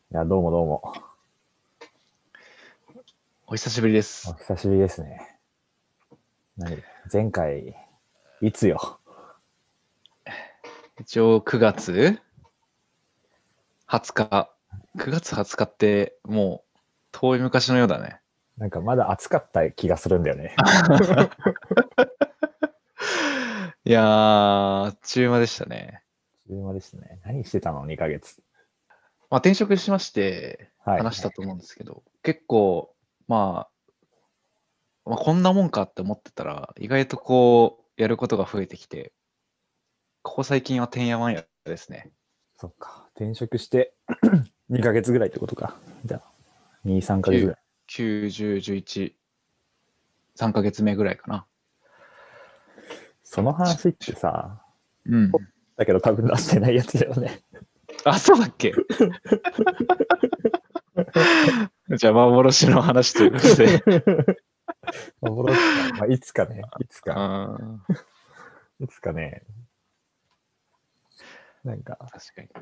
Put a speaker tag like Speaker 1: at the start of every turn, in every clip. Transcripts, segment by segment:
Speaker 1: いや、どうもどうも。
Speaker 2: お久しぶりで
Speaker 1: お
Speaker 2: す。
Speaker 1: 久しぶりですね。前回、いつよ。
Speaker 2: 一応9月20日。9月20日ってもう遠い昔のようだね。
Speaker 1: なんかまだ暑かった気がするんだよね。
Speaker 2: いやー、あっちゅう間でしたね。
Speaker 1: 週末ですね。何してたの ?2 ヶ月。
Speaker 2: まあ転職しまして
Speaker 1: はい。
Speaker 2: 話したと思うんですけど、結構、まあこんなもんかって思ってたら、意外とこう、やることが増えてきて、ここ最近はてんやわんやですね。
Speaker 1: そっか。転職して2ヶ月ぐらいってことか。じゃあ、2、3ヶ月ぐ
Speaker 2: 9、
Speaker 1: らい。
Speaker 2: 9、10、11、3ヶ月目ぐらいかな。
Speaker 1: その話ってさ、
Speaker 2: うん。
Speaker 1: だけど多分出してないやつだよね。
Speaker 2: あ、そうだっけ。じゃあ幻の話ということで。
Speaker 1: 幻か。まあ、いつかね。
Speaker 2: あ
Speaker 1: いつかね。なんか、
Speaker 2: 確かに。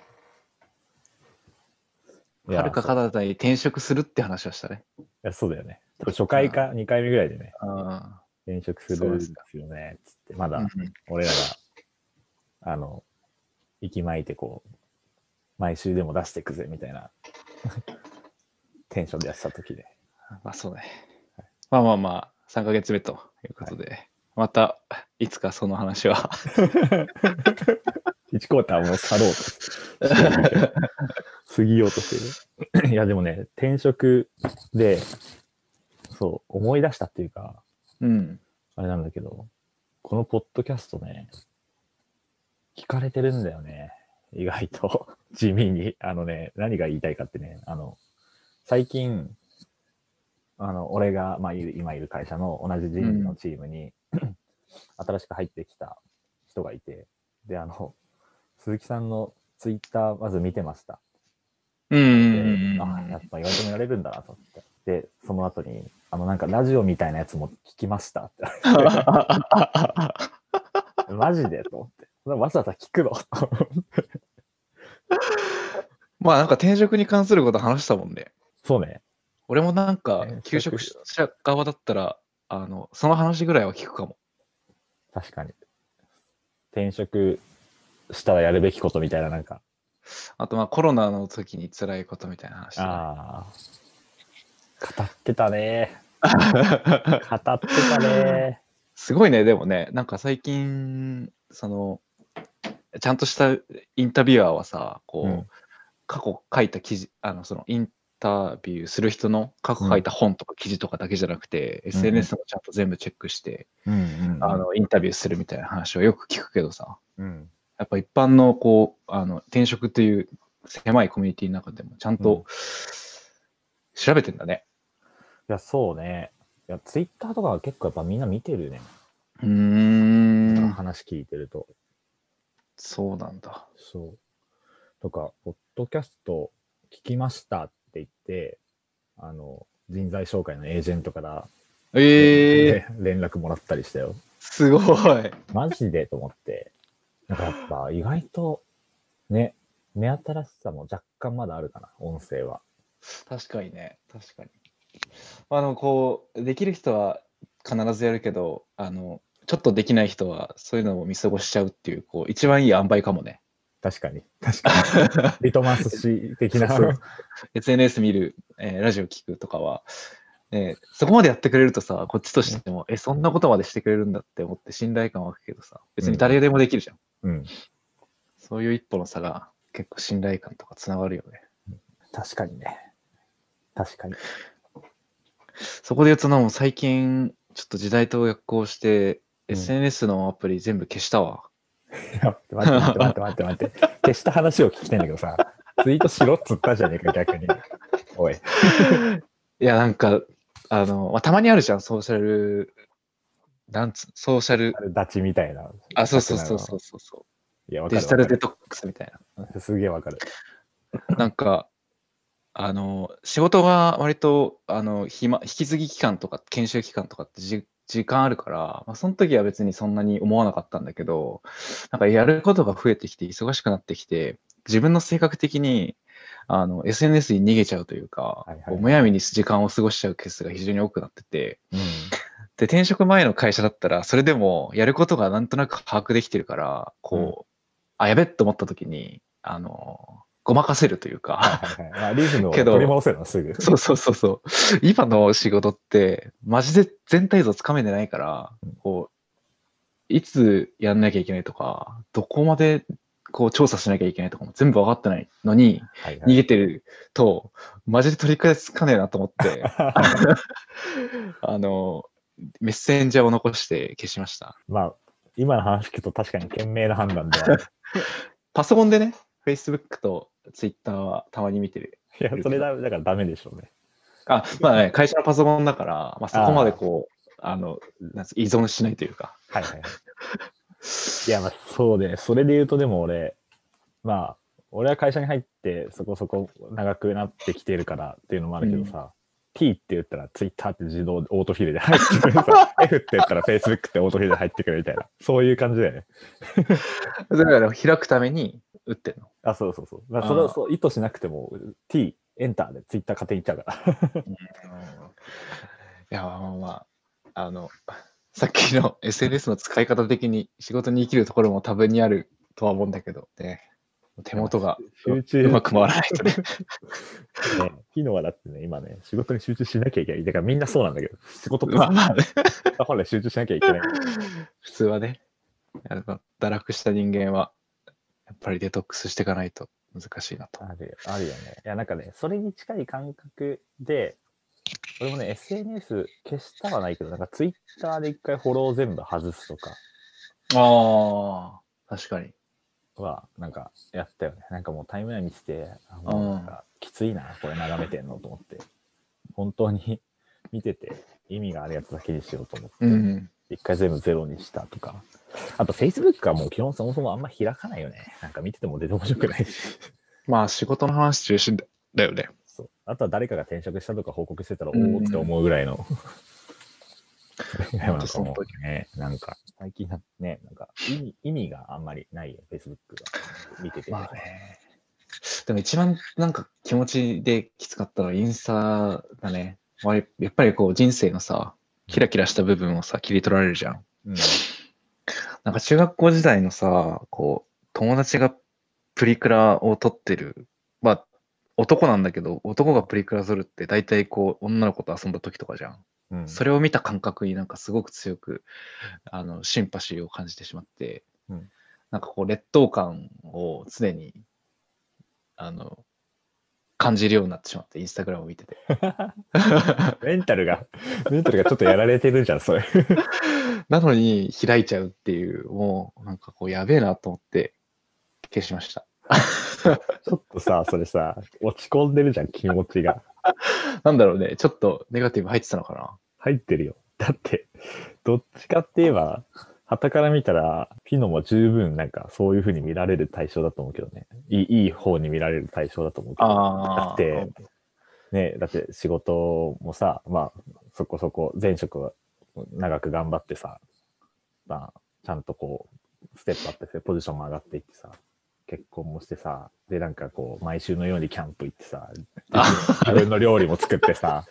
Speaker 1: いや、
Speaker 2: はるか彼方に転職するって話をしたね。
Speaker 1: いやそうだよね。多分初回か2回目ぐらいでね、
Speaker 2: あ
Speaker 1: 転職す
Speaker 2: そうですか。
Speaker 1: るんですよね。つって、まだ
Speaker 2: うんうん、
Speaker 1: 俺らが、あの、息巻いてこう、毎週でも出していくぜみたいなテンションでやってた時で。
Speaker 2: まあそうね。まあ、3ヶ月目ということで、はい、またいつかその話は。
Speaker 1: 1クォーターもう去ろうとしているけど、過ぎようとしてる。いやでもね、転職で、そう、思い出したっていうか、
Speaker 2: うん、
Speaker 1: あれなんだけど、このポッドキャストね、聞かれてるんだよね。意外と地味に。何が言いたいかってね、最近、俺が、まあ、今いる会社の同じ人事のチームに、新しく入ってきた人がいて、で、鈴木さんのツイッターまず見てました。で、やっぱ意外と見られるんだなと思って。で、その後に、なんかラジオみたいなやつも聞きましたって言われて、マジでと思って。わざわざ聞くの
Speaker 2: まあなんか転職に関すること話したもんね。
Speaker 1: そうね。
Speaker 2: 俺もなんか求職者側だったら、その話ぐらいは聞くかも。
Speaker 1: 確かに。転職したらやるべきことみたいな、なんか。
Speaker 2: あとまあコロナの時に辛いことみたいな話とかね。
Speaker 1: ああ。語ってたね。語ってたね。
Speaker 2: すごいね、でもね、なんか最近、ちゃんとしたインタビュアーはさ、こう、過去書いた記事、そのインタビューする人の過去書いた本とか記事とかだけじゃなくて、SNS もちゃんと全部チェックして、インタビューするみたいな話はよく聞くけどさ、やっぱ一般のこう、転職っていう狭いコミュニティの中でもちゃんと調べてんだね。
Speaker 1: いや、そうね。いや、ツイッターとかは結構やっぱみんな見てるね。話聞いてると。
Speaker 2: そうなんだ。
Speaker 1: そう。とか、ポッドキャスト聞きましたって言って、人材紹介のエージェントから、連絡もらったりしたよ。
Speaker 2: すごい。
Speaker 1: マジでと思って。なんかやっぱ意外と、ね、目新しさも若干まだあるかな、音声は。
Speaker 2: 確かにね、確かに。こう、できる人は必ずやるけど、ちょっとできない人はそういうのを見過ごしちゃうっていう、こう、一番いい塩梅かもね。
Speaker 1: 確かに。リトマス紙的な。
Speaker 2: そう。SNS 見る、ラジオ聞くとかは、そこまでやってくれるとさ、こっちとしても、そんなことまでしてくれるんだって思って信頼感湧くけどさ、別に誰でもできるじゃん。そういう一歩の差が結構信頼感とかつながるよね。
Speaker 1: 確かにね。確かに。
Speaker 2: そこで言うともう最近、ちょっと時代と逆行して、SNS のアプリ全部消したわ。
Speaker 1: 待って。消した話を聞きたいんだけどさ、ツイートしろっつったじゃねえか、逆に。おい。
Speaker 2: いや、なんか、たまにあるじゃん、ソーシャル、ソーシャル。
Speaker 1: 立ちみたいな。
Speaker 2: そう。
Speaker 1: いや、わかる。
Speaker 2: デジタルデトックスみたいな。
Speaker 1: すげえわかる。
Speaker 2: なんか、仕事が割と、引き継ぎ期間とか研修期間とかって時間あるから、まあ、その時は別にそんなに思わなかったんだけど、なんかやることが増えてきて、忙しくなってきて、自分の性格的に、 SNS に逃げちゃうというか、
Speaker 1: はいはいはい
Speaker 2: むやみに時間を過ごしちゃうケースが非常に多くなってて、
Speaker 1: うん。
Speaker 2: で、転職前の会社だったら、それでもやることがなんとなく把握できてるから、やべっと思った時に、ごまかせるというか、
Speaker 1: はいはいはい。まあ、リズムを
Speaker 2: けど
Speaker 1: ね取り戻せるのすぐ。
Speaker 2: そうそうそうそう。今の仕事って、マジで全体像つかめてないから、いつやんなきゃいけないとか、どこまで調査しなきゃいけないとかも全部分かってないのに、逃
Speaker 1: はいはい。
Speaker 2: げてると、マジで取り返しつかねえなと思って、あの、メッセンジャーを残して消しました。
Speaker 1: まあ、今の話聞くと確かに賢明な判断ではある。
Speaker 2: パソコンでね、Facebook と Twitter はたまに見てる。
Speaker 1: いや、それだからダメでしょうね。
Speaker 2: まあね、会社のパソコンだから、まあ、そこまで依存しないというか。
Speaker 1: はいはいはい。いや、まあ、そうで、それで言うとでもまあ、俺は会社に入ってそこそこ長くなってきてるからっていうのもあるけどさ、T って言ったら Twitter って自動でオートフィルで入ってくるさ、F って言ったら Facebook ってオートフィルで入ってくるみたいな、そういう感じだよね。
Speaker 2: だから開くために打ってんの。
Speaker 1: あ、そうそうそう。それをそう意図しなくても T、エンターで Twitter 勝手にいっちゃうから。
Speaker 2: いや、さっきの SNS の使い方的に仕事に生きるところも多分にあるとは思うんだけど、ね、手元が
Speaker 1: 集中
Speaker 2: うまく回らないとね。
Speaker 1: ね、昨日はだってね、今ね、仕事に集中しなきゃいけない。だからみんなそうなんだけど、仕事って
Speaker 2: まあまあね、
Speaker 1: 本来集中しなきゃいけない。
Speaker 2: 普通はね、堕落した人間は、やっぱりデトックスしていかないと難しいなと。
Speaker 1: あるよね。いや、なんかね、それに近い感覚で、俺もね、SNS 消したはないけど、なんか Twitter で一回フォロー全部外すとか
Speaker 2: ああ、確かに。
Speaker 1: は、なんかやったよね。なんかもうタイムライン見てて、もうなんかきついな、これ眺めてんのと思って。本当に見てて意味があるやつだけにしようと思って、一回全部ゼロにしたとか。あと Facebook はもう基本そもそもあんま開かないよね。なんか見てても出て面白くないし。
Speaker 2: まあ仕事の話中心だよね。
Speaker 1: そう。あとは誰かが転職したとか報告してたら、おーって思うぐらいの。なんかもうね、なんか最近ね、なんか意味があんまりないよ、Facebook が見てて。
Speaker 2: まあね。でも一番なんか気持ちできつかったのはインスタだね。やっぱり人生のさ、キラキラした部分をさ、切り取られるじゃん。なんか中学校時代のさ、友達がプリクラを撮ってる。まあ、男なんだけど、男がプリクラ撮るって大体女の子と遊んだ時とかじゃん。それを見た感覚になんかすごく強く、シンパシーを感じてしまって、なんか劣等感を常に、感じるようになってしまって、インスタグラムを見てて。
Speaker 1: メンタルがちょっとやられてるじゃん、それ。
Speaker 2: なのに開いちゃうっていう、もうなんかやべえなと思って消しました。
Speaker 1: ちょっとさ、それさ、落ち込んでるじゃん、気持ちが。
Speaker 2: なんだろうね、ちょっとネガティブ入ってたのかな。
Speaker 1: 入ってるよ。だって、どっちかって言えば、傍から見たら、ピノも十分なんかそういう風に見られる対象だと思うけどね。いい方に見られる対象だと思うけど。だって、ね、だって仕事もさ、まあ、そこそこ前職は長く頑張ってさ、まあ、ちゃんとステップアップしてポジションも上がっていってさ、結婚もしてさ、で、なんか毎週のようにキャンプ行ってさ、自分の料理も作ってさ、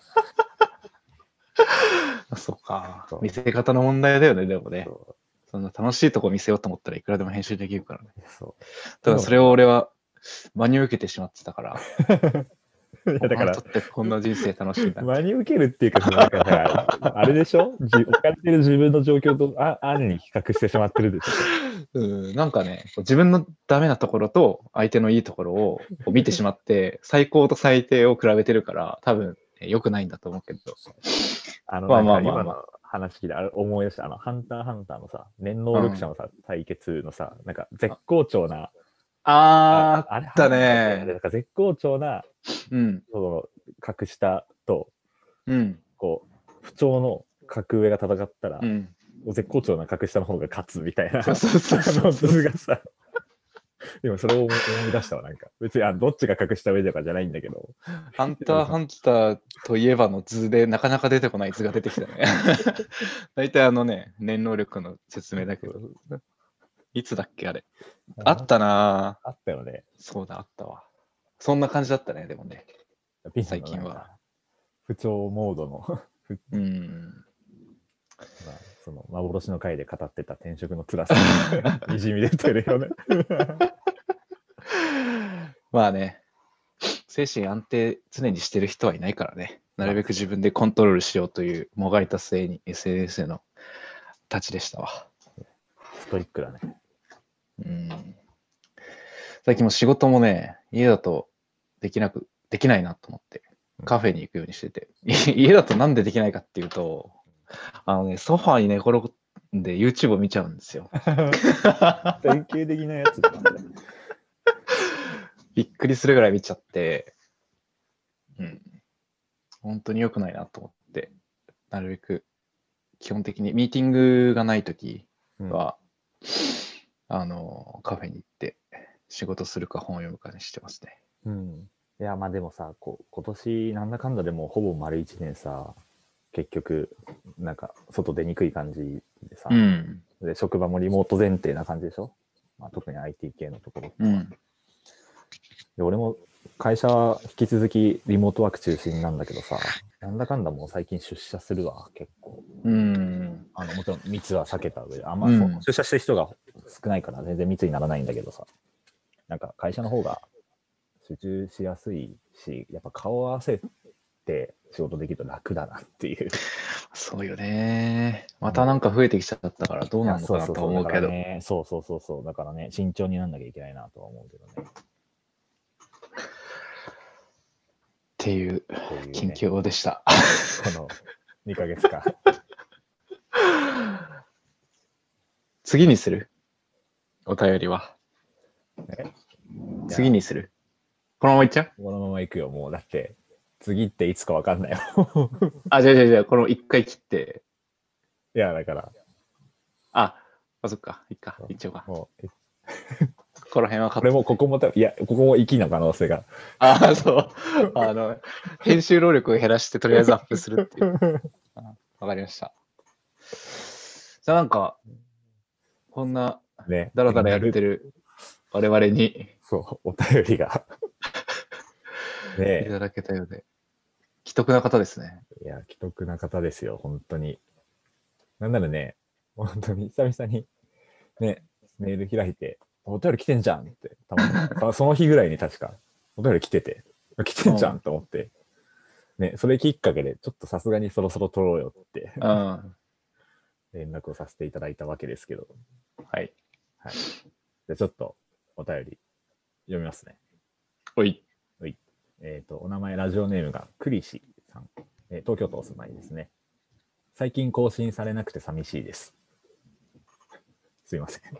Speaker 2: そうか。見せ方の問題だよね、でもね。そんな楽しいとこ見せようと思ったらいくらでも編集できるからね。ただそれを俺は真に受けてしまってたから。いやだからとってこんな人生楽しいんだ。
Speaker 1: 真に受けるっていうか、なんかさ、あれでしょ置かれてる自分の状況と暗に比較してしまってるでし
Speaker 2: ょ。なんかね、自分のダメなところと相手のいいところを見てしまって、最高と最低を比べてるから、多分良くないんだと思うけど。
Speaker 1: まあまあまあまあ。話聞いて思い出した、ハンターハンターのさ、念能力者のさ、対決のさ、なんか絶好調な、
Speaker 2: あったね。
Speaker 1: なんか絶好調な、その格下と、不調の格上が戦ったら、絶好調な格下の方が勝つみたいな、図がさ、でもそれを思い出したわ、なんか。別にどっちが格下上とかじゃないんだけど。
Speaker 2: ハンターハンターといえばの図でなかなか出てこない図が出てきたね。大体念能力の説明だけど。いつだっけあれ。あったな
Speaker 1: あったよね。
Speaker 2: そうだ、あったわ。 そんな感じだったね、でもね。
Speaker 1: ピンさん
Speaker 2: 最近は
Speaker 1: のなんか不調モードのまあ、その幻の回で語ってた転職の辛さがにじみ出てるよね。
Speaker 2: まあね、精神安定常にしてる人はいないからね。なるべく自分でコントロールしようというもがいた末に SNS へのたちでしたわ。
Speaker 1: ストイックだね。
Speaker 2: 最近も仕事もね、家だとできないなと思って、カフェに行くようにしてて。家だとなんでできないかっていうと、ソファーに寝転んで YouTube を見ちゃうんですよ。
Speaker 1: 典型的なやつだな、それ。
Speaker 2: びっくりするぐらい見ちゃって、本当に良くないなと思って、なるべく基本的にミーティングがないときは、カフェに行って仕事するか本を読むかにしてますね。
Speaker 1: いや、まあでもさ、今年なんだかんだでもほぼ丸1年さ、結局、なんか外出にくい感じでさ、で職場もリモート前提な感じでしょ、まあ、特に IT 系のところ、で俺も会社は引き続きリモートワーク中心なんだけどさ、なんだかんだもう最近出社するわ、結構。もちろん密は避けた上で、出社してる人が少ないから全然密にならないんだけどさ、なんか会社の方が集中しやすいし、やっぱ顔を合わせて仕事できると楽だなっていう。
Speaker 2: そうよね。またなんか増えてきちゃったからどうなるのかなと思うけど。
Speaker 1: そう。だからね、慎重になんなきゃいけないなとは思うけどね。
Speaker 2: っていう近況でした。
Speaker 1: この2ヶ月間。
Speaker 2: 次にする？お便りは。次にする？このままいっちゃう？
Speaker 1: このままいくよ、もう。だって、次っていつかわかんないよ。
Speaker 2: じゃあ、この1回切って。
Speaker 1: いや、だから。
Speaker 2: そっか。いっちゃおうか。
Speaker 1: もう
Speaker 2: この辺は
Speaker 1: これもここも息の可能性が。
Speaker 2: そう。編集労力を減らしてとりあえずアップするっていう。わかりました。じゃあなんか、こんな、だらだらやってる我々に、
Speaker 1: そう、お便りが。
Speaker 2: いただけたようで。既得な方ですね。
Speaker 1: いや、既得な方ですよ、本当に。なんならね、本当に久々にね、メール開いて、お便り来てんじゃんって、たまにその日ぐらいに確か、お便り来てて、来てんじゃんと思って、ね、それきっかけで、ちょっとさすがにそろそろ撮ろうよって連絡をさせていただいたわけですけど。
Speaker 2: はい。
Speaker 1: じゃあちょっとお便り読みますね。
Speaker 2: おい。
Speaker 1: お名前、ラジオネームがクリシさん。東京都お住まいですね。最近更新されなくて寂しいです。すいません。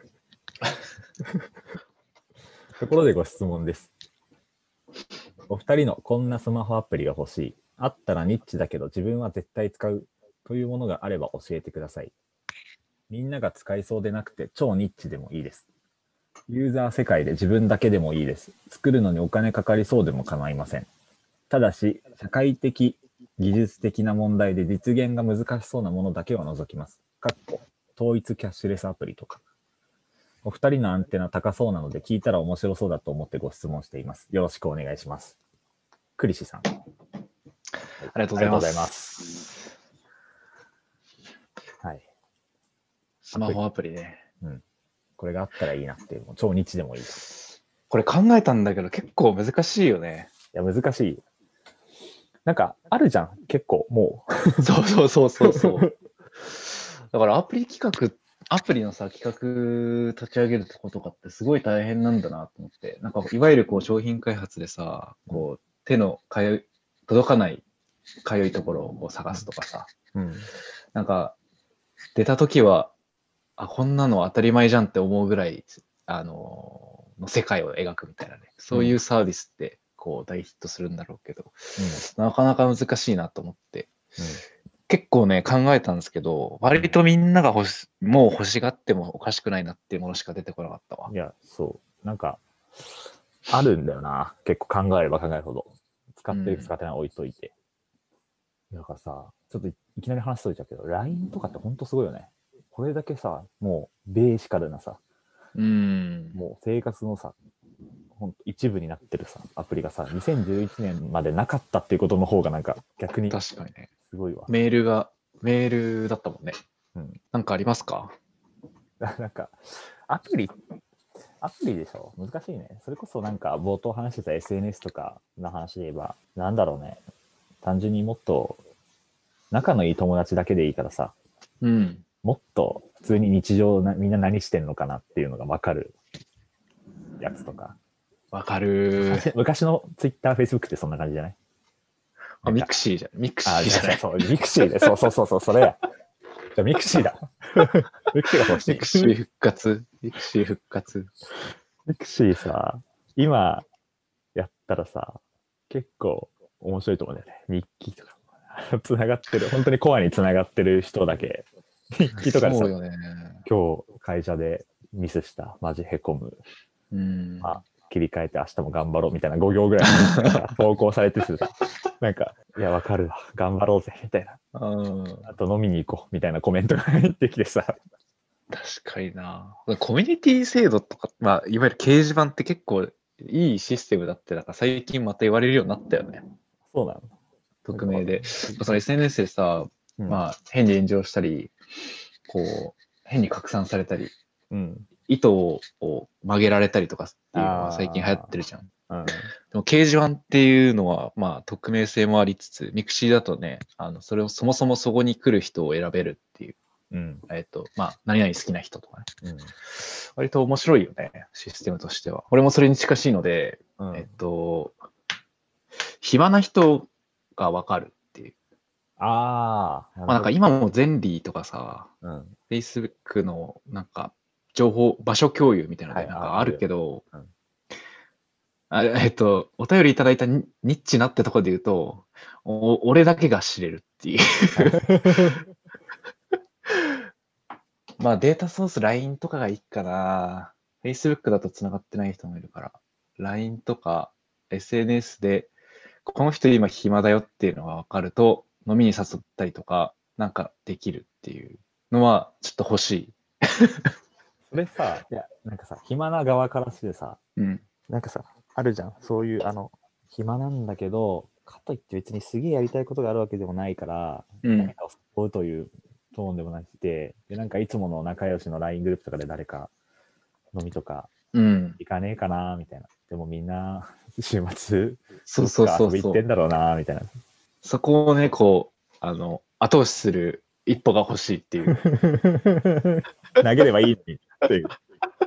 Speaker 1: ところでご質問です。お二人のこんなスマホアプリが欲しい。あったらニッチだけど自分は絶対使うというものがあれば教えてください。みんなが使いそうでなくて超ニッチでもいいです。ユーザー世界で自分だけでもいいです。作るのにお金かかりそうでも構いません。ただし、社会的、技術的な問題で実現が難しそうなものだけは除きます。統一キャッシュレスアプリとか。お二人のアンテナ高そうなので聞いたら面白そうだと思ってご質問しています。よろしくお願いします。クリシさん。
Speaker 2: ありがとうございます。
Speaker 1: はい。
Speaker 2: スマホアプリね。
Speaker 1: これがあったらいいなっていう、超ニッチでもいい。
Speaker 2: これ考えたんだけど結構難しいよね。
Speaker 1: いや、難しい。なんか、あるじゃん、結構、も
Speaker 2: う。そう。だからアプリのさ、企画立ち上げることかってすごい大変なんだなと思って、なんかいわゆるこう商品開発でさ、こう手の届かないかゆいところを探すとかさ、なんか出た時は、こんなの当たり前じゃんって思うぐらい、の世界を描くみたいなね、そういうサービスってこう大ヒットするんだろうけど、なかなか難しいなと思って。結構ね、考えたんですけど、割とみんながもう欲しがってもおかしくないなっていうものしか出てこなかったわ。
Speaker 1: いや、そう。なんか、あるんだよな。結構考えれば考えるほど。使ってる使ってない置いといて。だからさ、ちょっといきなり話しといちゃうけど、LINE とかってほんとすごいよね。これだけさ、もうベーシカルなさ、もう生活のさ、 ほんと一部になってるさ、アプリがさ、2011年までなかったっていうことの方がなんか逆に
Speaker 2: 確かにね。
Speaker 1: すごいわ。
Speaker 2: メールだったもんね。
Speaker 1: うん。
Speaker 2: なんかありますか？
Speaker 1: なんか、アプリでしょ？難しいね。それこそなんか冒頭話してた SNS とかの話で言えば、なんだろうね。単純にもっと仲のいい友達だけでいいからさ、
Speaker 2: うん。
Speaker 1: もっと普通に日常みんな何してんのかなっていうのが分かるやつとか。
Speaker 2: わかるー。
Speaker 1: 昔の Twitter、Facebook ってそんな感じじゃない？
Speaker 2: あ、ミクシーじゃない。ミクシ
Speaker 1: あ、
Speaker 2: ーじゃない。
Speaker 1: そう、ミクシーで、そう、それや。じゃあミクシーだ。ミクシーが欲しい。
Speaker 2: ミクシー復活。ミクシー復活。
Speaker 1: ミクシーさ、今やったらさ、結構面白いと思うんだよね。日記とか。つながってる、本当にコアにつながってる人だけ、日記とかでさ、
Speaker 2: そうよね。
Speaker 1: 今日会社でミスした、マジへこむ、
Speaker 2: うん。
Speaker 1: 切り替えて明日も頑張ろうみたいな5行ぐらい投稿されててさ、なんか、いや、わかるわ、頑張ろうぜ、みたいな。あと飲みに行こう、みたいなコメントが入ってきてさ。
Speaker 2: 確かにな。コミュニティ制度とか、まあ、いわゆる掲示板って結構いいシステムだって、なんか最近また言われるようになったよね。
Speaker 1: そうなの。
Speaker 2: 匿名で。その SNS でさ、
Speaker 1: うん、
Speaker 2: まあ、変に炎上したり、こう、変に拡散されたり、
Speaker 1: うん。
Speaker 2: 意図を曲げられたりとかっていうのは最近流行ってるじゃん。
Speaker 1: うん。
Speaker 2: でも掲示板っていうのは、まあ、匿名性もありつつ、ミクシーだとね、それをそもそもそこに来る人を選べるっていう、
Speaker 1: うん。
Speaker 2: まあ、何々好きな人とかね。
Speaker 1: うん。
Speaker 2: 割と面白いよね、システムとしては。俺もそれに近しいので、
Speaker 1: うん、
Speaker 2: 暇な人がわかるっていう。
Speaker 1: ああ、
Speaker 2: まあなんか今もゼンリーとかさ、
Speaker 1: うん。
Speaker 2: Facebook のなんか情報、場所共有みたいなの
Speaker 1: はい、
Speaker 2: でなんかあるけど、
Speaker 1: うん
Speaker 2: お便りいただいたニッチなってところで言うと、俺だけが知れるっていう。まあデータソース LINE とかがいいかな。Facebook だと繋がってない人もいるから、LINE とか SNS で、この人今暇だよっていうのが分かると、飲みに誘ったりとか、なんかできるっていうのはちょっと欲しい。
Speaker 1: それさ、いや、なんかさ、暇な側からしてさ、
Speaker 2: うん。
Speaker 1: なんかさ、あるじゃん。そういう、暇なんだけど、かといって別にすげえやりたいことがあるわけでもないから、
Speaker 2: うん
Speaker 1: 誰かを誘うというトーンでもなくて、で、なんかいつもの仲良しの LINE グループとかで誰か飲みとか
Speaker 2: うん。
Speaker 1: 行かねえかな、みたいな。でもみんな、週末、
Speaker 2: そうそう
Speaker 1: どっか
Speaker 2: そうそう。
Speaker 1: 遊び行ってんだろうな、みたいな。
Speaker 2: そこをね、こう、後押しする一歩が欲しいっていう。
Speaker 1: 投げればいいのにっていう。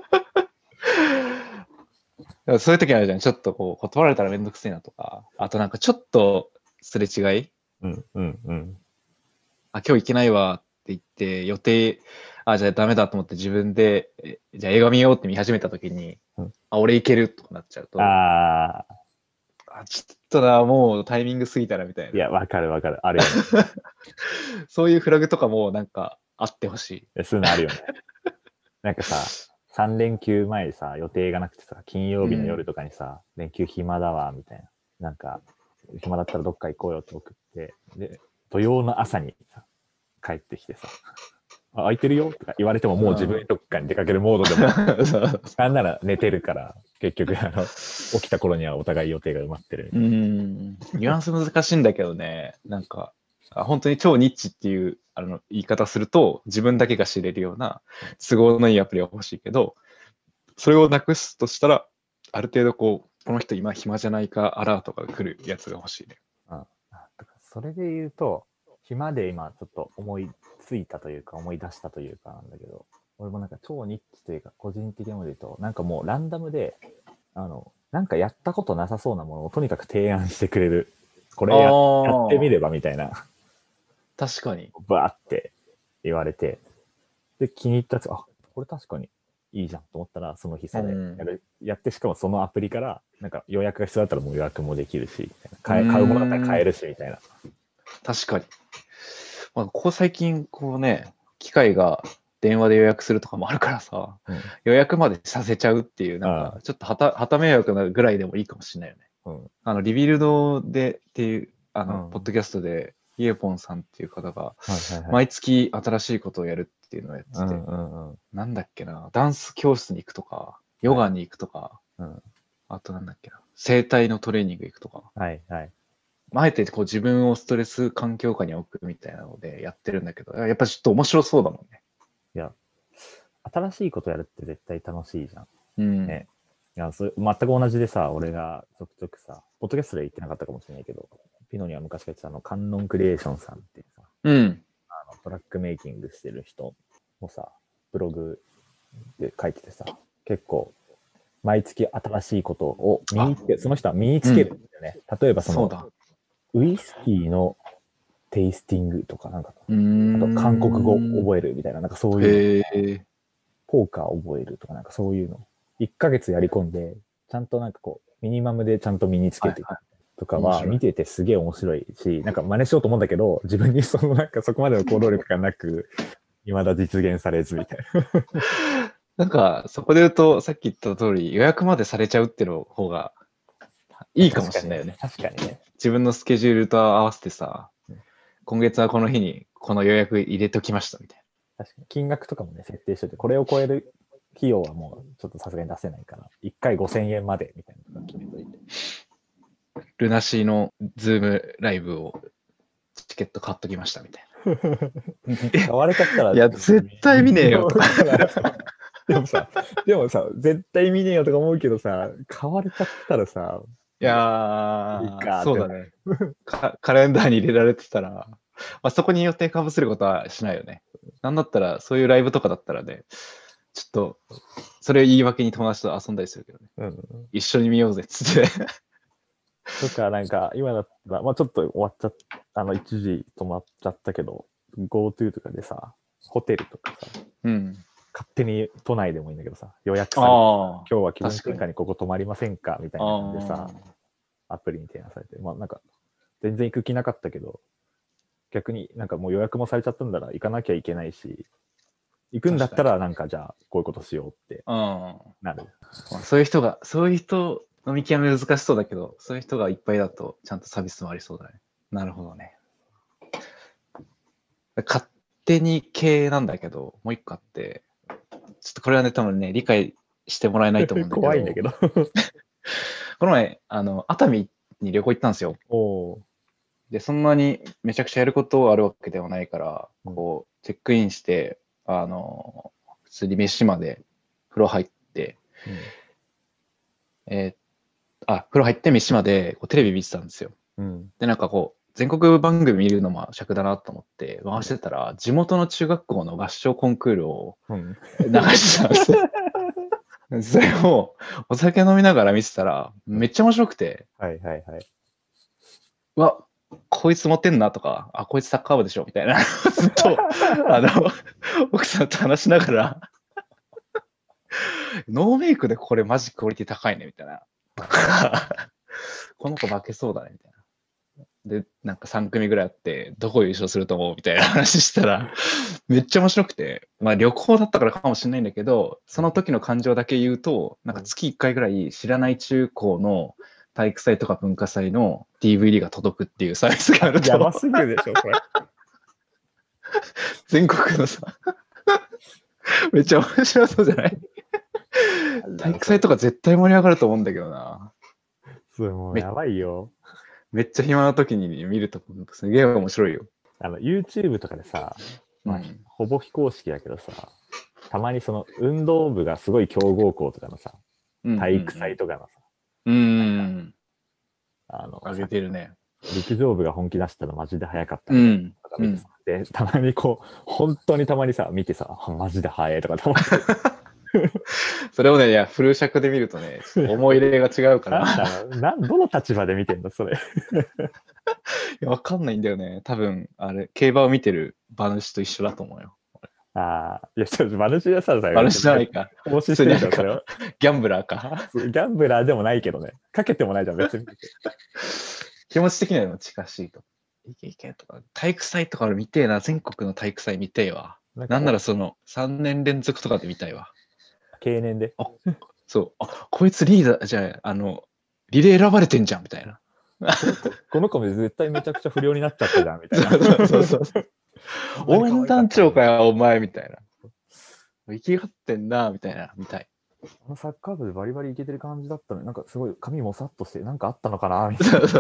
Speaker 2: でもそういう時あるじゃん。ちょっとこう、断られたらめんどくせえなとか、あとなんかちょっとすれ違い、
Speaker 1: うんうんうん。
Speaker 2: あ、今日行けないわって言って、予定、あ、じゃあダメだと思って自分で、じゃあ映画見ようって見始めた時に、
Speaker 1: うん、
Speaker 2: あ、俺行けるとかなっちゃうと、
Speaker 1: ああ、
Speaker 2: あ、ちょっとな、もうタイミング過ぎたらみたいな。
Speaker 1: いや、わかるわかる。あるよね。
Speaker 2: そういうフラグとかもなんかあってほしい。
Speaker 1: そういうのあるよね。なんかさ、3連休前さ、予定がなくてさ、金曜日の夜とかにさ、連休暇だわ、みたいな。なんか、暇だったらどっか行こうよって送って、で、土曜の朝にさ、帰ってきてさ、あ、空いてるよとか言われてももう自分どっかに出かけるモードでも、
Speaker 2: そう
Speaker 1: なんなら寝てるから、結局、起きた頃にはお互い予定が埋まってる。
Speaker 2: ニュアンス難しいんだけどね、なんか、本当に超ニッチっていう言い方すると、自分だけが知れるような都合のいいアプリは欲しいけど、それをなくすとしたら、ある程度こう、この人今暇じゃないかアラートが来るやつが欲しいね。
Speaker 1: それで言うと、暇で今ちょっと思いついたというか思い出したというかなんだけど、俺もなんか超ニッチというか個人的なもので言うと、なんかもうランダムで、なんかやったことなさそうなものをとにかく提案してくれる。これやってみればみたいな。
Speaker 2: 確かに。
Speaker 1: バーって言われて、で、気に入ったやつ、あ、これ確かにいいじゃんと思ったら、その日それやって、しかもそのアプリから、なんか予約が必要だったらもう予約もできるし、買うものだったら買えるし、みたいな。
Speaker 2: 確かに。まあ、ここ最近、こうね、機械が電話で予約するとかもあるからさ、予約までさせちゃうっていう、なんか、ちょっとはた迷惑なぐらいでもいいかもしれないよね。リビルドでっていう、ポッドキャストで、イエポンさんっていう方が、毎月新しいことをやるっていうのをやってて、なんだっけな、ダンス教室に行くとか、ヨガに行くとか、 あとなんだっけな、整体のトレーニング行くとか。
Speaker 1: はいはい。
Speaker 2: あえてこう自分をストレス環境下に置くみたいなのでやってるんだけど、やっぱちょっと面白そうだもんね。
Speaker 1: いや、新しいことやるって絶対楽しいじゃん。
Speaker 2: うん。
Speaker 1: ね。いや、全く同じでさ、俺がちょくちょくさ、ポッドキャストで言ってなかったかもしれないけど、ピノには昔から言ってた観音クリエーションさんっていうさ、
Speaker 2: うん。
Speaker 1: トラックメイキングしてる人もさ、ブログで書いててさ、結構、毎月新しいことを身につける、その人は身につけるんだよね。例えば
Speaker 2: そうだ。
Speaker 1: ウイスキーのテイスティングとか、なんか、あと
Speaker 2: 韓
Speaker 1: 韓国語覚えるみたいな、なんかそういう、
Speaker 2: へえ。
Speaker 1: ポーカー覚えるとか、なんかそういうの。1ヶ月やり込んで、ちゃんとなんかこう、ミニマムでちゃんと身につけていくとかは、見ててすげえ面白いし、なんか真似しようと思うんだけど、自分になんかそこまでの行動力がなく、未だ実現されずみたいな。
Speaker 2: なんか、そこで言うと、さっき言った通り、予約までされちゃうっていうの方がいいかもしれないよね。
Speaker 1: 確かにね。
Speaker 2: 自分のスケジュールと合わせてさ、今月はこの日にこの予約入れときましたみたい
Speaker 1: な。確かに。金額とかもね、設定してて、これを超える費用はもうちょっとさすがに出せないから、1回5000円までみたいなの決めといて。
Speaker 2: ルナシーのズームライブをチケット買っときましたみたい
Speaker 1: 買われちゃったら。
Speaker 2: いや、絶対見ねえよとか。
Speaker 1: でもさ、絶対見ねえよとか思うけどさ、買われちゃったらさ、
Speaker 2: いやー、そうだね。カレンダーに入れられてたら、まあ、そこに予定かぶせることはしないよね。なんだったら、そういうライブとかだったらね、ちょっと、それを言い訳に友達と遊んだりするけどね。
Speaker 1: うん、
Speaker 2: 一緒に見ようぜっつって。
Speaker 1: とか、なんか、今だったら、まあちょっと終わっちゃった、一時止まっちゃったけど、GoTo とかでさ、ホテルとかさ、
Speaker 2: うん。
Speaker 1: 勝手に都内でもいいんだけどさ、予約されて、今日は気分転換にここ泊まりませんかみたいな感じでさ、アプリに提案されて、まあなんか、全然行く気なかったけど、逆になんかもう予約もされちゃったんだら行かなきゃいけないし、行くんだったらなんかじゃあこういうことしようってなる。
Speaker 2: そういう人の見極め難しそうだけど、そういう人がいっぱいだとちゃんとサービスもありそうだね。なるほどね。勝手に系なんだけど、もう一個あって、ちょっとこれはね、多分ね、理解してもらえないと思うんだけど。
Speaker 1: 怖いんだけど。
Speaker 2: この前、熱海に旅行行ったんですよ。で、そんなにめちゃくちゃやることあるわけではないから、こう、チェックインして、普通に飯まで風呂入って、風呂入って飯までこうテレビ見てたんですよ。で、なんかこう、全国番組見るのも尺だなと思って回してたら、地元の中学校の合唱コンクールを流してたんですよ。それをお酒飲みながら見てたら、めっちゃ面白くて、うわ、こいつ持ってんなとか、こいつサッカー部でしょみたいな、ずっと、奥さんと話しながら、ノーメイクでこれマジクオリティ高いねみたいな。この子負けそうだねみたいな。で、なんか3組ぐらいあって、どこ優勝すると思うみたいな話したら、めっちゃ面白くて、まあ旅行だったからかもしれないんだけど、その時の感情だけ言うと、なんか月1回ぐらい知らない中高の体育祭とか文化祭の DVD が届くっていうサービスがあると。
Speaker 1: やばすぎるでしょ、これ。
Speaker 2: 全国のさ、めっちゃ面白そうじゃない体育祭とか絶対盛り上がると思うんだけどな。
Speaker 1: それもうやばいよ。
Speaker 2: めっちゃ暇な時に見るとすげえ面白いよ。
Speaker 1: YouTube とかでさ、まあ、ほぼ非公式だけどさ、たまにその運動部がすごい強豪校とかのさ、体育祭とかのさ、
Speaker 2: 上げてるね。
Speaker 1: 陸上部が本気出したらマジで早かったりとか見てさ、で、たまにこう、本当にたまにさ、見てさ、マジで早いとかと思って。
Speaker 2: それをね、いや、フル尺で見るとね、思い入れが違うから。
Speaker 1: どの立場で見てんだ、それ。
Speaker 2: いや、わかんないんだよね。多分、競馬を見てる馬主と一緒だと思うよ。
Speaker 1: いや、馬主はさ、
Speaker 2: 馬主じゃないか。
Speaker 1: 投資してるじゃん、それは。
Speaker 2: ギャンブラーか。
Speaker 1: ギャンブラーでもないけどね。かけてもないじゃん、別に。
Speaker 2: 気持ち的には近しいと。いけいけとか、体育祭とか見てえな、全国の体育祭見てえわ。なんならその、3年連続とかで見たいわ。
Speaker 1: 経年で。
Speaker 2: そう。こいつリーダー、じゃあ、リレー選ばれてんじゃん、みたいな。
Speaker 1: この子も絶対めちゃくちゃ不良になっちゃったじゃん、みたいな。
Speaker 2: そう。応援団長かよ、お前、みたいな。生きがってんな、みたいな、みたい。
Speaker 1: あのサッカー部でバリバリイケてる感じだったのに、なんかすごい髪もさっとして、なんかあったのかなみたいな。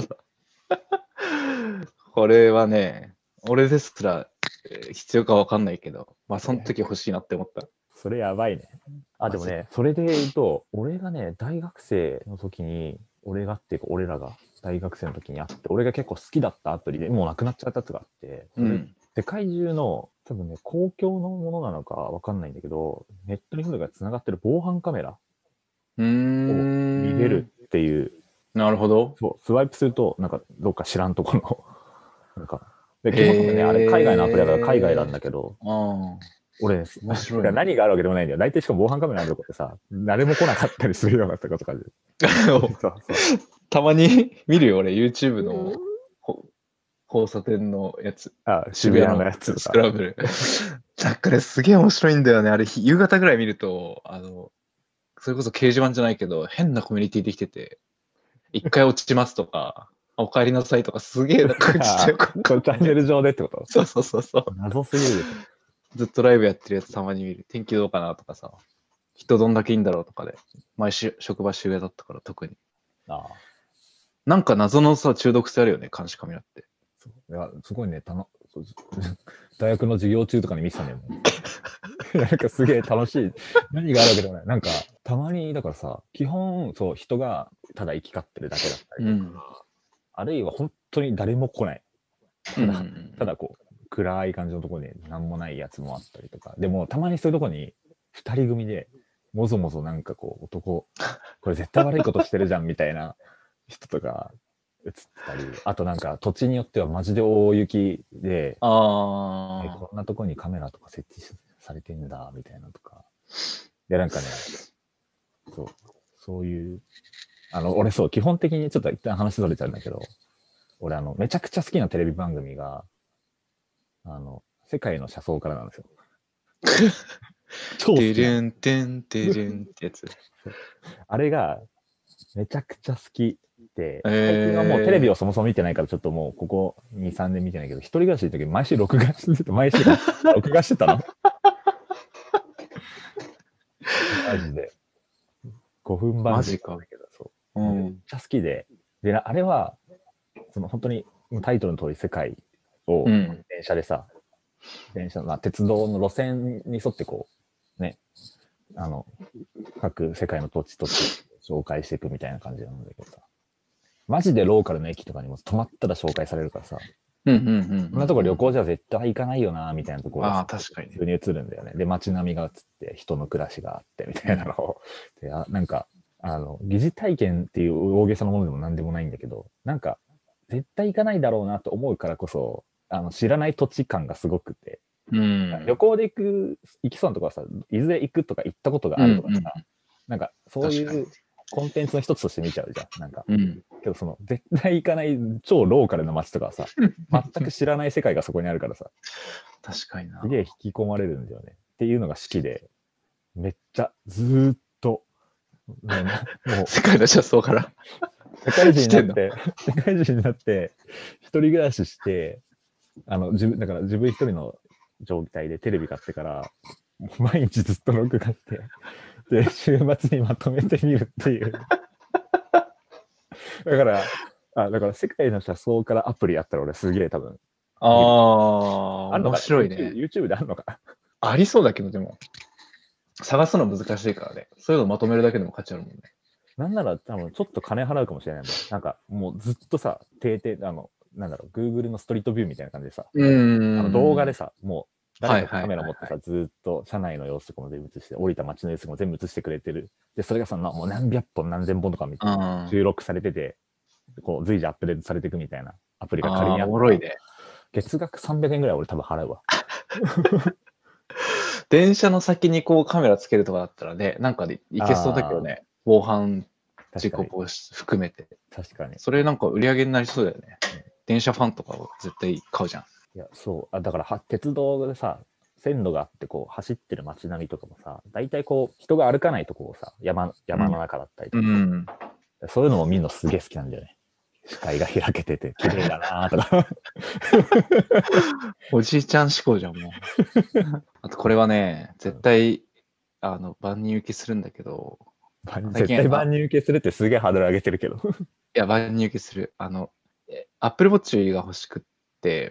Speaker 2: これはね、俺ですら必要かわかんないけど、まあその時欲しいなって思った。
Speaker 1: それやばいね。あ、でもね、それで言うと、俺がね、大学生の時に、俺がっていうか、俺らが大学生の時にあって、俺が結構好きだったアプリで、もうなくなっちゃったやつがあって、それ、世界中の、多分ね、公共のものなのかわかんないんだけど、ネットにが繋がってる防犯カメラを見れるっていう、
Speaker 2: なるほど。
Speaker 1: そう、スワイプすると、なんか、どっか知らんとこの、なんか、で、基本的にね、あれ海外のアプリだから海外なんだけど、俺ね、
Speaker 2: 面白いね。
Speaker 1: 何があるわけでもないんだよ。大体しかも防犯カメラのとこってさ、誰も来なかったりするようなとことかで。そうそう
Speaker 2: たまに見るよ、俺、YouTube の交差点のやつ。
Speaker 1: あ、渋谷のやつとか。
Speaker 2: スクランブル。なんかね、すげえ面白いんだよね。あれ、夕方ぐらい見ると、それこそ掲示板じゃないけど、変なコミュニティできてて、一回落ちますとか、お帰りなさいとか、すげえな感じで。
Speaker 1: これチャンネル上でってこと？
Speaker 2: そうそうそうそう。
Speaker 1: 謎すぎる。
Speaker 2: ずっとライブやってるやつたまに見る。天気どうかなとかさ、人どんだけいいんだろうとかで、毎週職場渋谷だったから特に。
Speaker 1: ああ。
Speaker 2: なんか謎のさ、中毒性あるよね、監視カメラって。
Speaker 1: いや、すごいね、大学の授業中とかに見てたんだよね。なんかすげえ楽しい。何があるわけでもない。なんか、たまに、だからさ、基本、そう、人がただ行き交ってるだけだったりとか、あるいは本当に誰も来ない。ただこう、暗い感じのところに何もないやつもあったりとか。でも、たまにそういうところに、二人組で、もぞもぞなんかこう、男、これ絶対悪いことしてるじゃんみたいな人とか、映ってたり、あとなんか土地によってはマジで大雪で、こんなとこにカメラとか設置されてんだ、みたいなとか。で、なんかね、そういう、俺そう、基本的にちょっと一旦話それちゃうんだけど、俺めちゃくちゃ好きなテレビ番組が、世界の車窓からなんですよ。
Speaker 2: 超好き。てるんてんてるんってやつ。
Speaker 1: あれが、めちゃくちゃ好きで、最近はもうテレビをそもそも見てないから、ちょっともうここ2、3年見てないけど、一人暮らしの時毎週録画してた、録画してたの。マジで。5分番組だけど、そう。めっちゃ好きで、で、あれは、本当にタイトルの通り世界を電車でさ、鉄道の路線に沿ってこう、ね、各世界の土地と紹介していくみたいな感じなんだけどさ、マジでローカルの駅とかにも止まったら紹介されるからさ、そんなとこ旅行じゃ絶対行かないよな、みたいなところが普通に映るんだよね。で、街並みが映って、人の暮らしがあって、みたいなのを。で、なんか、疑似体験っていう大げさなものでも何でもないんだけど、なんか、絶対行かないだろうなと思うからこそ、知らない土地感がすごくて、旅行で行きそうなところはさ、いずれ行くとか行ったことがあるとかさ、なんかそういうコンテンツの一つとして見ちゃうじゃん。なんか、けど絶対行かない超ローカルな街とかはさ、全く知らない世界がそこにあるからさ、
Speaker 2: 確かにな。
Speaker 1: すげえ引き込まれるんだよね。っていうのが好きで、めっちゃずーっと、
Speaker 2: もう世界の車窓から
Speaker 1: 世界人になって、一人暮らしして、自分一人の状態でテレビ買ってから、毎日ずっと録画して、で、週末にまとめてみるっていう。だから世界の車窓からアプリやったら俺すげえ多分。
Speaker 2: 面白いね。
Speaker 1: YouTube であんのかな。
Speaker 2: ありそうだけど、でも。探すの難しいからね。そういうのまとめるだけでも価値あるもんね。
Speaker 1: なんなら多分ちょっと金払うかもしれないんだよ。なんかもうずっとさ、Google のストリートビューみたいな感じでさ、動画でさ、もう誰かカメラ持ってさ、ずっと車内の様子とかも全部映して、降りた街の様子も全部映してくれてる。で、それがさ、もう何百本何千本とか収録されてて、こう随時アップデートされていくみたいなアプリが仮にあったら、月額300円ぐらい俺多分払うわ。
Speaker 2: 電車の先にこうカメラつけるとかだったらね、なんかでいけそうだけどね。防犯事故防止含めて。
Speaker 1: 確かに。
Speaker 2: それなんか売り上げになりそうだよね。電車ファンとかを絶対買うじゃん。
Speaker 1: いや、そう。だから鉄道でさ、線路があってこう走ってる街並みとかもさ、大体こう人が歩かないとこをさ、山の中だったりとか、そういうのも見るのすげえ好きなんだよね。視界が開けてて綺麗だなとか。
Speaker 2: おじいちゃん思考じゃん、もう。あとこれはね、絶対万人受けするんだけど、
Speaker 1: 絶対万人受けするってすげえハードル上げてるけど。
Speaker 2: いや、万人受けする。Apple Watch が欲しくって、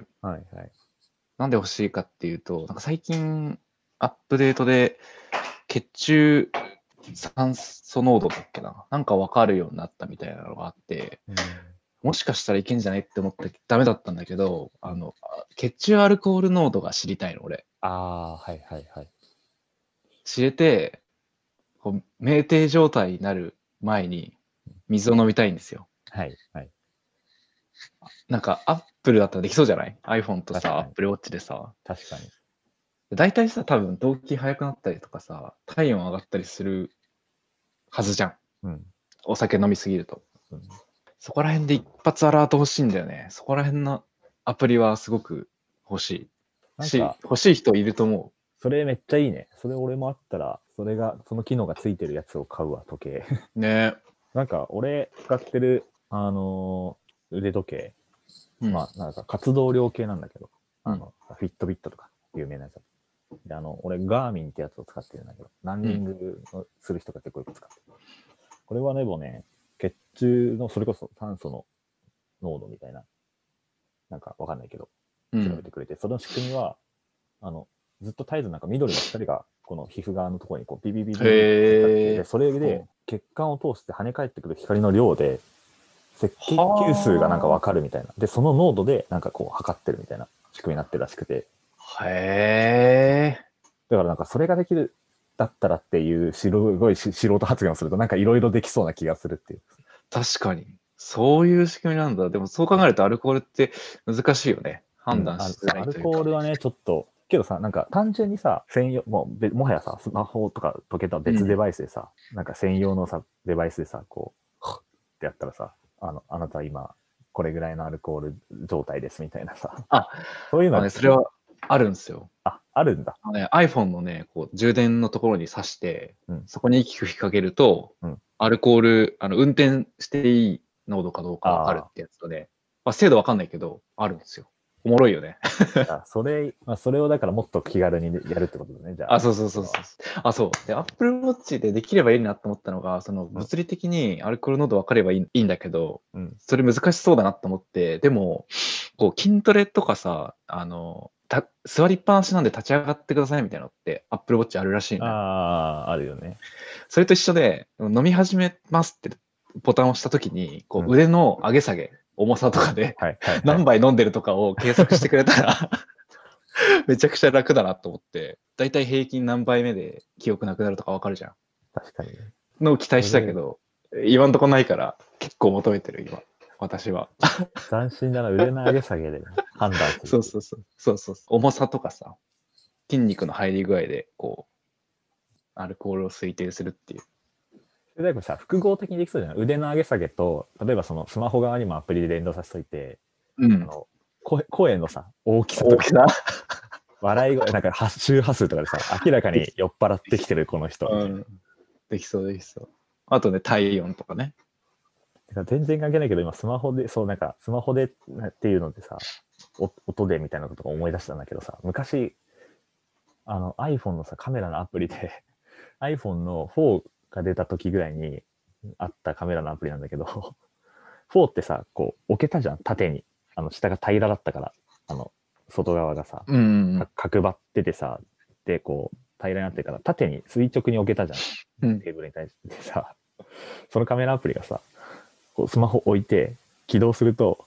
Speaker 1: はいはい。
Speaker 2: なんで欲しいかっていうと、なんか最近、アップデートで、血中酸素濃度だっけな、なんか分かるようになったみたいなのがあって、
Speaker 1: うん、
Speaker 2: もしかしたらいけんじゃないって思ってダメだったんだけど、血中アルコール濃度が知りたいの、俺。
Speaker 1: ああ、はいはいはい。
Speaker 2: 知れて、こう酩酊状態になる前に水を飲みたいんですよ。
Speaker 1: はいはい。
Speaker 2: なんか、アップルだったらできそうじゃない？ iPhone とさ、
Speaker 1: 確かに。
Speaker 2: Apple Watch でさ。
Speaker 1: 確かに。
Speaker 2: 大体さ、多分動悸早くなったりとかさ、体温上がったりするはずじゃん。
Speaker 1: うん。
Speaker 2: お酒飲みすぎると。
Speaker 1: うん、
Speaker 2: そこら辺で一発アラート欲しいんだよね。そこら辺のアプリはすごく欲しい。
Speaker 1: なんか、
Speaker 2: 欲しい人いると思
Speaker 1: それめっちゃいいね。それ俺もあったら、その機能がついてるやつを買うわ、時計。
Speaker 2: う。ね
Speaker 1: なんか、俺使ってる、腕時計、
Speaker 2: うん。
Speaker 1: まあ、なんか活動量計なんだけど、フィットビットとか、有名なやつ。で、俺、ガーミンってやつを使ってるんだけど、ランニングのする人が結構よく使ってる。これはね、もうね、血中の、それこそ酸素の濃度みたいな、なんかわかんないけど、調べてくれて、その仕組みは、ずっと絶えずなんか緑の光が、この皮膚側のところにこうビビビビビって
Speaker 2: へ
Speaker 1: で、それで血管を通して跳ね返ってくる光の量で、赤血球数がなんかわかるみたいな。で、その濃度でなんかこう測ってるみたいな仕組みになってるらしくて。
Speaker 2: へえ。
Speaker 1: だからなんかそれができる、だったらっていうすごい素人発言をするとなんかいろいろできそうな気がするっていう。
Speaker 2: 確かに。そういう仕組みなんだ。でもそう考えるとアルコールって難しいよね。判断しづら
Speaker 1: アル
Speaker 2: いというか。
Speaker 1: コールはね、ちょっと、けどさ、なんか単純にさ、専用、もはやさ、スマホとか時計とは別デバイスでさ、なんか専用のさ、デバイスでさ、こう、ってやったらさ、あなた今、これぐらいのアルコール状態ですみたいなさ、そういうのは、
Speaker 2: それはあるんですよ。
Speaker 1: あるんだ。
Speaker 2: iPhone のね、こう充電のところに挿して、
Speaker 1: うん、
Speaker 2: そこに息吹きかけると、
Speaker 1: うん。
Speaker 2: アルコール、運転していい濃度かどうかわかるってやつとね、まあ、精度わかんないけど、あるんですよ。おもろいよね。
Speaker 1: それをだからもっと気軽にやるってことだね、じゃあ。
Speaker 2: そうそうそうそう。そう。で、Apple Watch でできればいいなと思ったのが、その物理的にアルコール濃度分かればいいんだけど、
Speaker 1: うん、
Speaker 2: それ難しそうだなと思って、でも、こう筋トレとかさ、座りっぱなしなんで立ち上がってくださいみたいなのって Apple Watch あるらしいのよ。
Speaker 1: あるよね。
Speaker 2: それと一緒で、飲み始めますってボタンを押したときに、こう腕の上げ下げ、重さとかで、何杯飲んでるとかを計測してくれたら、めちゃくちゃ楽だなと思って、だいたい平均何杯目で記憶なくなるとかわかるじゃん。
Speaker 1: 確かに。
Speaker 2: のを期待したけど、今んとこないから結構求めてる、今。私は。
Speaker 1: 斬新だな、腕の上げ下げで判断する。
Speaker 2: そう。重さとかさ、筋肉の入り具合で、こう、アルコールを推定するっていう。
Speaker 1: 例えばさ、複合的にできそうじゃない？腕の上げ下げと、例えばそのスマホ側にもアプリで連動させといて、声のさ、大きさとか、笑い声、なんか周波数とかでさ、明らかに酔っ払ってきてるこの人。
Speaker 2: できそう。あとね、体温とかね。
Speaker 1: 全然関係ないけど、今スマホでっていうのでさ、音でみたいなことが思い出したんだけどさ、昔、iPhone のさ、カメラのアプリで、iPhone の4が出た時ぐらいにあったカメラのアプリなんだけど、4ってさ、こう、置けたじゃん、縦に。下が平らだったから、外側がさ、角張っててさ、で、こう、平らになってるから、縦に垂直に置けたじゃん。テーブルに対してさ、そのカメラアプリがさ、こうスマホ置いて起動すると、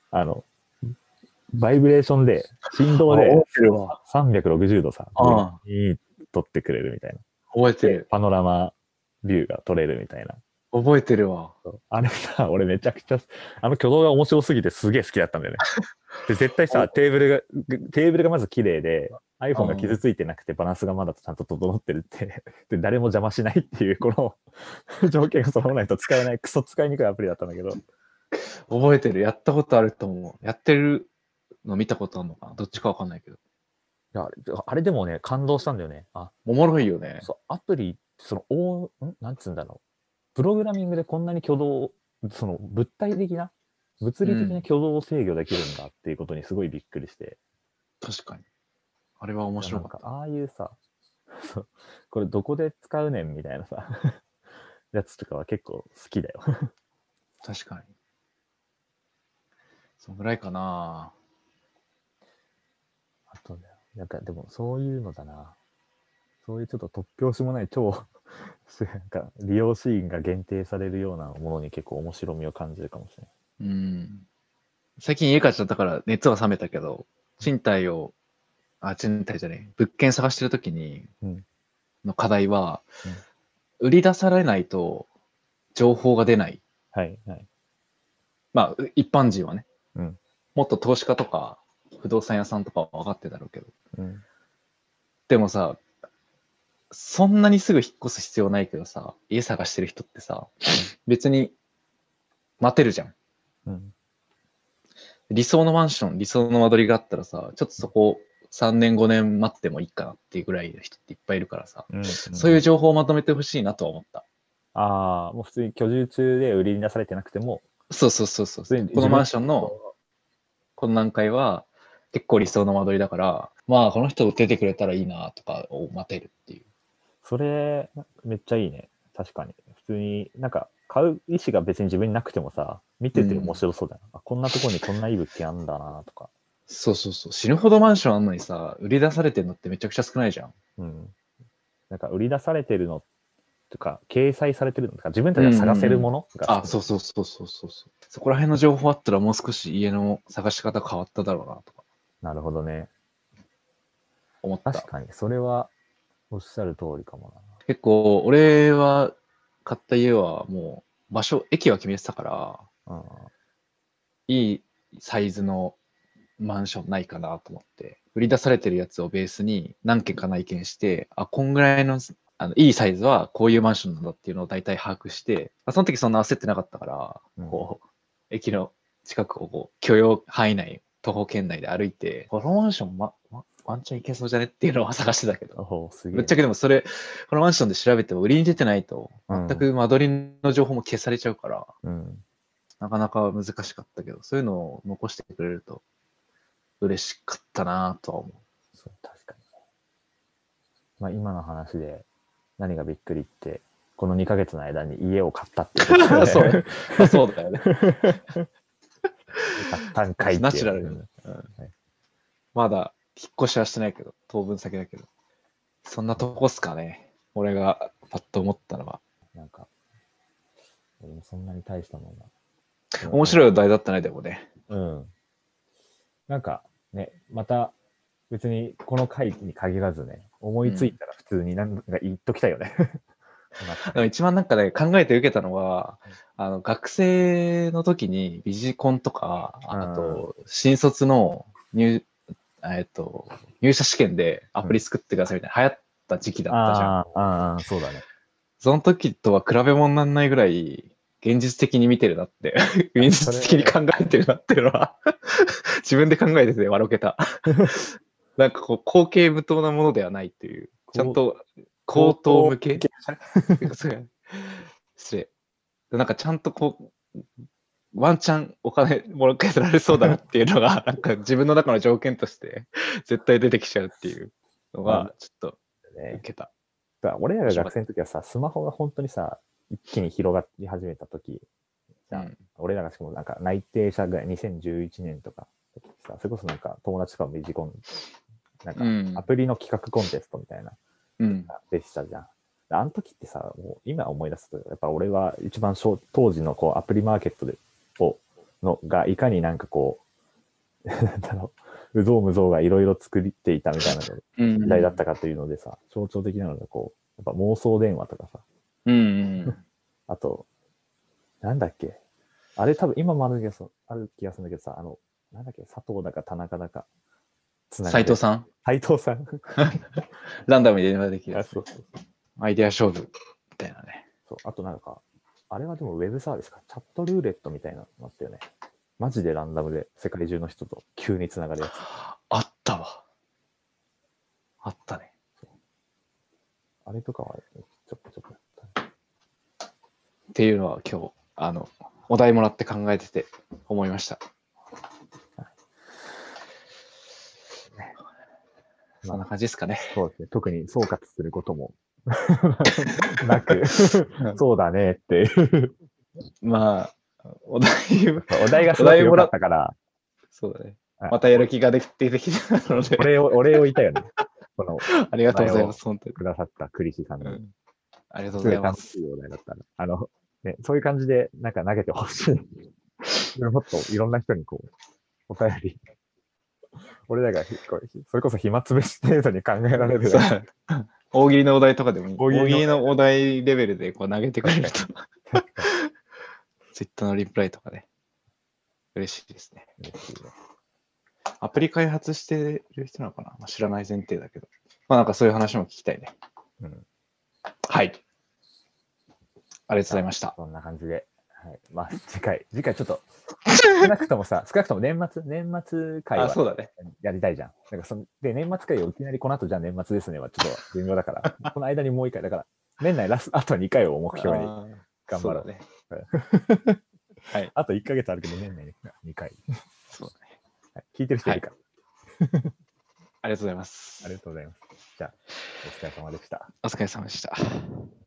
Speaker 1: バイブレーションで、振動で360度さ、撮ってくれるみたいな。
Speaker 2: 覚えてる。
Speaker 1: パノラマビューが撮れるみたいな。
Speaker 2: 覚えてるわ。
Speaker 1: あれさ、俺めちゃくちゃ、挙動が面白すぎてすげえ好きだったんだよね。で、絶対さ、テーブルがまず綺麗で、iPhone が傷ついてなくてバランスがまだちゃんと整ってるって、で、誰も邪魔しないっていう、この条件が揃わないと使えない、クソ使いにくいアプリだったんだけど。
Speaker 2: 覚えてる。やったことあると思う。やってるの見たことあるのかな？どっちかわかんないけど。
Speaker 1: いや、あれでもね、感動したんだよね。
Speaker 2: おもろいよね。
Speaker 1: そう、アプリ、なんつうんだろう。プログラミングでこんなに物理的な挙動を制御できるんだっていうことにすごいびっくりして。
Speaker 2: 確かに。あれは面白かった。
Speaker 1: ああいうさ、 そうこれどこで使うねんみたいなさ、やつとかは結構好きだよ。
Speaker 2: 確かに。そんぐらいかな。
Speaker 1: あとね、なんかでもそういうのだな。そういうちょっと突拍子もない超なんか利用シーンが限定されるようなものに結構面白みを感じるかもしれない。
Speaker 2: うん。最近家帰っちゃったから熱は冷めたけど、賃貸じゃねえ、物件探してるときに、
Speaker 1: うん。
Speaker 2: の課題は、
Speaker 1: うん。
Speaker 2: 売り出されないと情報が出ない。
Speaker 1: はいはい。
Speaker 2: まあ、一般人はね、
Speaker 1: うん。
Speaker 2: もっと投資家とか、不動産屋さんとかは分かってたろうけど。
Speaker 1: うん。
Speaker 2: でもさ、そんなにすぐ引っ越す必要ないけどさ、家探してる人ってさ、別に待てるじゃん。
Speaker 1: うん。
Speaker 2: 理想のマンション、理想の間取りがあったらさ、ちょっとそこ3年5年待ってもいいかなっていうぐらいの人っていっぱいいるからさ、
Speaker 1: うん。
Speaker 2: そういう情報をまとめてほしいなとは思った。
Speaker 1: ああ、もう普通に居住中で売りに出されてなくても、
Speaker 2: そうそうそうそう。
Speaker 1: 普通に
Speaker 2: このマン
Speaker 1: 自分
Speaker 2: ションのこの段階は結構理想の間取りだから、まあこの人出てくれたらいいなとかを待てるっていう。
Speaker 1: それ、めっちゃいいね。確かに。普通に、なんか、買う意思が別に自分になくてもさ、見てて面白そうだよ、あ、こんなところにこんないい物件あんだなとか。
Speaker 2: そうそうそう。死ぬほどマンションあんのにさ、売り出されてるのってめちゃくちゃ少ないじゃん。
Speaker 1: うん。なんか、売り出されてるのとか、掲載されてるのとか、自分たちが
Speaker 2: うんうん
Speaker 1: 探せるも
Speaker 2: うん。あ、
Speaker 1: のが少ない。
Speaker 2: そうそうそうそうそうそう。そこら辺の情報あったらもう少し家の探し方変わっただろうなとか
Speaker 1: なるほどね。
Speaker 2: 思った。
Speaker 1: 確かに、それはおっしゃる通りかも
Speaker 2: 結構、俺は買った家はもう場所、駅は決めてたから、
Speaker 1: な。うん。
Speaker 2: いいサイズのマンションないかなと思って、売り出されてるやつをベースに何件か内見して、あ、こんぐらいの、いいサイズはこういうマンションなんだっていうのを大体把握して、その時そんな焦ってなかったから、
Speaker 1: うん。
Speaker 2: こう、駅の近くをこう許容範囲内、徒歩圏内で歩いて、このマンション、ワンチャンいけそうじゃねっていうのを探してたけど、
Speaker 1: おお、すげ
Speaker 2: ぶっちゃ
Speaker 1: えな。
Speaker 2: けでもそれ、このマンションで調べても売りに出てないと、全
Speaker 1: うん。
Speaker 2: く間取りの情報も消されちゃうから、
Speaker 1: うん。
Speaker 2: なかなか難しかったけど、そういうのを残してくれると嬉しかったなとは思
Speaker 1: そう、確かに。まあ、今の話で何がびっくりって、この2ヶ月の間に家を買ったってことだ
Speaker 2: う。そう
Speaker 1: よね。
Speaker 2: ね。まあそうだよね。
Speaker 1: 買ったんかいっていう。
Speaker 2: ナチュラルに。うん、まだ引っ越しはしてないけど、当分先だけど。そんなとこっすかね。俺がパッと思ったのは。
Speaker 1: なんか、俺もそんなに大したもんな。でもなんか、
Speaker 2: 面白いお題だったね、でもね。
Speaker 1: うん。なんかね、また別にこの回に限らずね、思いついたら普通になんか言っときたいよね。
Speaker 2: でも一番なんかね、考えて受けたのは、学生の時にビジコンとか、あと、新卒の入社試験でアプリ作ってくださいみたいな流行った時期だったじゃん。
Speaker 1: ああ、そうだね。
Speaker 2: その時とは比べ物にならないぐらい、現実的に見てるなって、現実的に考えてるなっていうのは自分で考えてて笑けた。なんかこう、後継無糖なものではないっていう、ちゃんと口頭向け失礼。なんかちゃんとこう、ワンチャンお金もらえられそうだなっていうのが、なんか自分の中の条件として絶対出てきちゃうっていうの
Speaker 1: まあ、
Speaker 2: が、ちょっと受
Speaker 1: ね、
Speaker 2: けた。
Speaker 1: 俺らが
Speaker 2: 面白かっ
Speaker 1: 学生の時はさ、スマホが本当にさ、一気に広がり始めた時、
Speaker 2: た。う
Speaker 1: さ、
Speaker 2: ん。
Speaker 1: 俺らがしかもなんか内定者ぐらい、2011年とかさ、それこそなんか友達とかもビジコン、なんかア
Speaker 2: うん。
Speaker 1: プリの企画コンテストみたいな、
Speaker 2: うん。
Speaker 1: でしたじゃん。あの時ってさ、もう今思い出すと、やっぱ俺は一番当時のこうアプリマーケットで、がいかになんかこう、なんだろう、うぞうむぞうがいろいろ作っていたみたいな時代だったかというのでさ、象徴的なのがこう、やっぱ妄想電話とかさ、
Speaker 2: うん。
Speaker 1: あと、なんだっけ、あれ多分今もある気がするんだけどさ、なんだっけ、佐藤だか田中だか、つながる。
Speaker 2: 斉藤さん
Speaker 1: 斉藤さん。
Speaker 2: ランダムに電話できるや
Speaker 1: あ、
Speaker 2: つね。
Speaker 1: そうそう
Speaker 2: アイデア勝負みたいなね。
Speaker 1: そう。あとなんか、あれはでもウェブサービスか、チャットルーレットみたいなのあったよね。マジでランダムで世界中の人と急につながるやつ。
Speaker 2: あったわ。あったね。
Speaker 1: あれとかは、ちょっとやったね。
Speaker 2: っていうのは今日、お題もらって考えてて思いました。 そんな感じですかね。
Speaker 1: そうですね。特に総括することもなく、
Speaker 2: うん
Speaker 1: そうだねっていう
Speaker 2: まあ、
Speaker 1: お題がすごく良かったから、
Speaker 2: そうだね。
Speaker 1: あ
Speaker 2: またやる気が出てきたので、
Speaker 1: お礼を言いたいよね。この
Speaker 2: ありが
Speaker 1: お題を
Speaker 2: とうございます、本当に。
Speaker 1: くださったクリシさんに。
Speaker 2: ありがとう
Speaker 1: す
Speaker 2: ございます。
Speaker 1: ごい楽しいお題だったら。ね、そういう感じで、なんか投げてほしい。もっといろんな人にこう、お便り。俺らがそれこそ暇つぶし程度に考えられる
Speaker 2: そう
Speaker 1: やつ。
Speaker 2: 大喜利のお題とかでもいい。
Speaker 1: 大喜利の
Speaker 2: 大喜利のお題レベルでこう投げてくれると、ツイッターのリプライとかね、嬉しいですね。
Speaker 1: 嬉しいね。
Speaker 2: アプリ開発してる人なのかな、知らない前提だけど。なんかそういう話も聞きたいね。はい。ありがとうございました。
Speaker 1: そんな感じで。はい。まあ、次回ちょっと、少なくとも年末会は
Speaker 2: そうだね。
Speaker 1: やりたいじゃん。なんかで、年末会をいきなりこの後じゃあ年末ですねはちょっと微妙だから、この間にもう一回、だから、年内あと2回を目標に頑張ろう。
Speaker 2: ね。はい。
Speaker 1: あと1ヶ月あるけど、年内に2回。
Speaker 2: そうだね。
Speaker 1: はい、聞いてる人いるか、
Speaker 2: ありがとうございます。
Speaker 1: ありがとうございます。じゃあ、お疲れ様でした。
Speaker 2: お疲れ様でした。